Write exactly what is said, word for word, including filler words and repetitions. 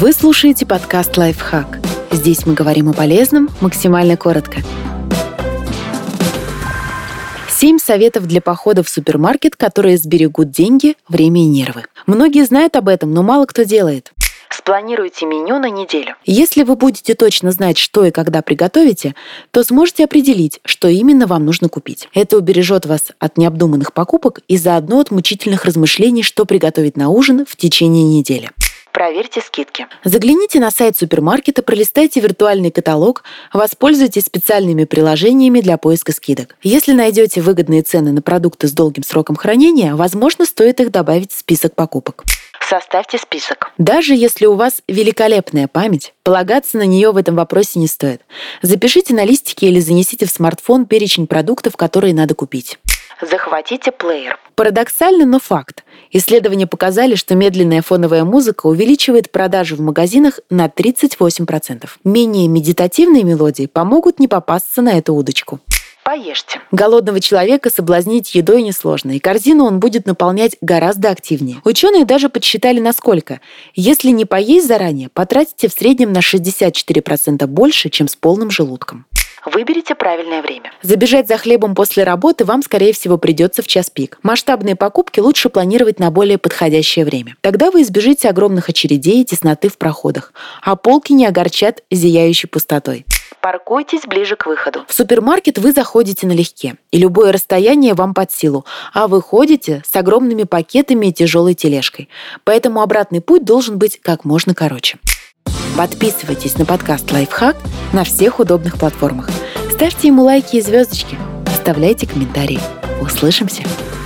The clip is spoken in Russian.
Вы слушаете подкаст «Лайфхак». Здесь мы говорим о полезном максимально коротко. Семь советов для похода в супермаркет, которые сберегут деньги, время и нервы. Многие знают об этом, но мало кто делает. Спланируйте меню на неделю. Если вы будете точно знать, что и когда приготовите, то сможете определить, что именно вам нужно купить. Это убережет вас от необдуманных покупок и заодно от мучительных размышлений, что приготовить на ужин в течение недели. Проверьте скидки. Загляните на сайт супермаркета, пролистайте виртуальный каталог, воспользуйтесь специальными приложениями для поиска скидок. Если найдете выгодные цены на продукты с долгим сроком хранения, возможно, стоит их добавить в список покупок. Составьте список. Даже если у вас великолепная память, полагаться на нее в этом вопросе не стоит. Запишите на листике или занесите в смартфон перечень продуктов, которые надо купить. Захватите плеер. Парадоксально, но факт. Исследования показали, что медленная фоновая музыка увеличивает продажи в магазинах на тридцать восемь процентов. Менее медитативные мелодии помогут не попасться на эту удочку. Поешьте. Голодного человека соблазнить едой несложно, и корзину он будет наполнять гораздо активнее. Ученые даже подсчитали, насколько. Если не поесть заранее, потратите в среднем на шестьдесят четыре процента больше, чем с полным желудком. Выберите правильное время. Забежать за хлебом после работы вам, скорее всего, придется в час пик. Масштабные покупки лучше планировать на более подходящее время. Тогда вы избежите огромных очередей и тесноты в проходах, а полки не огорчат зияющей пустотой. Паркуйтесь ближе к выходу. В супермаркет вы заходите налегке, и любое расстояние вам под силу, а выходите с огромными пакетами и тяжелой тележкой. Поэтому обратный путь должен быть как можно короче. Подписывайтесь на подкаст «Лайфхак» на всех удобных платформах. Ставьте ему лайки и звездочки. Оставляйте комментарии. Услышимся!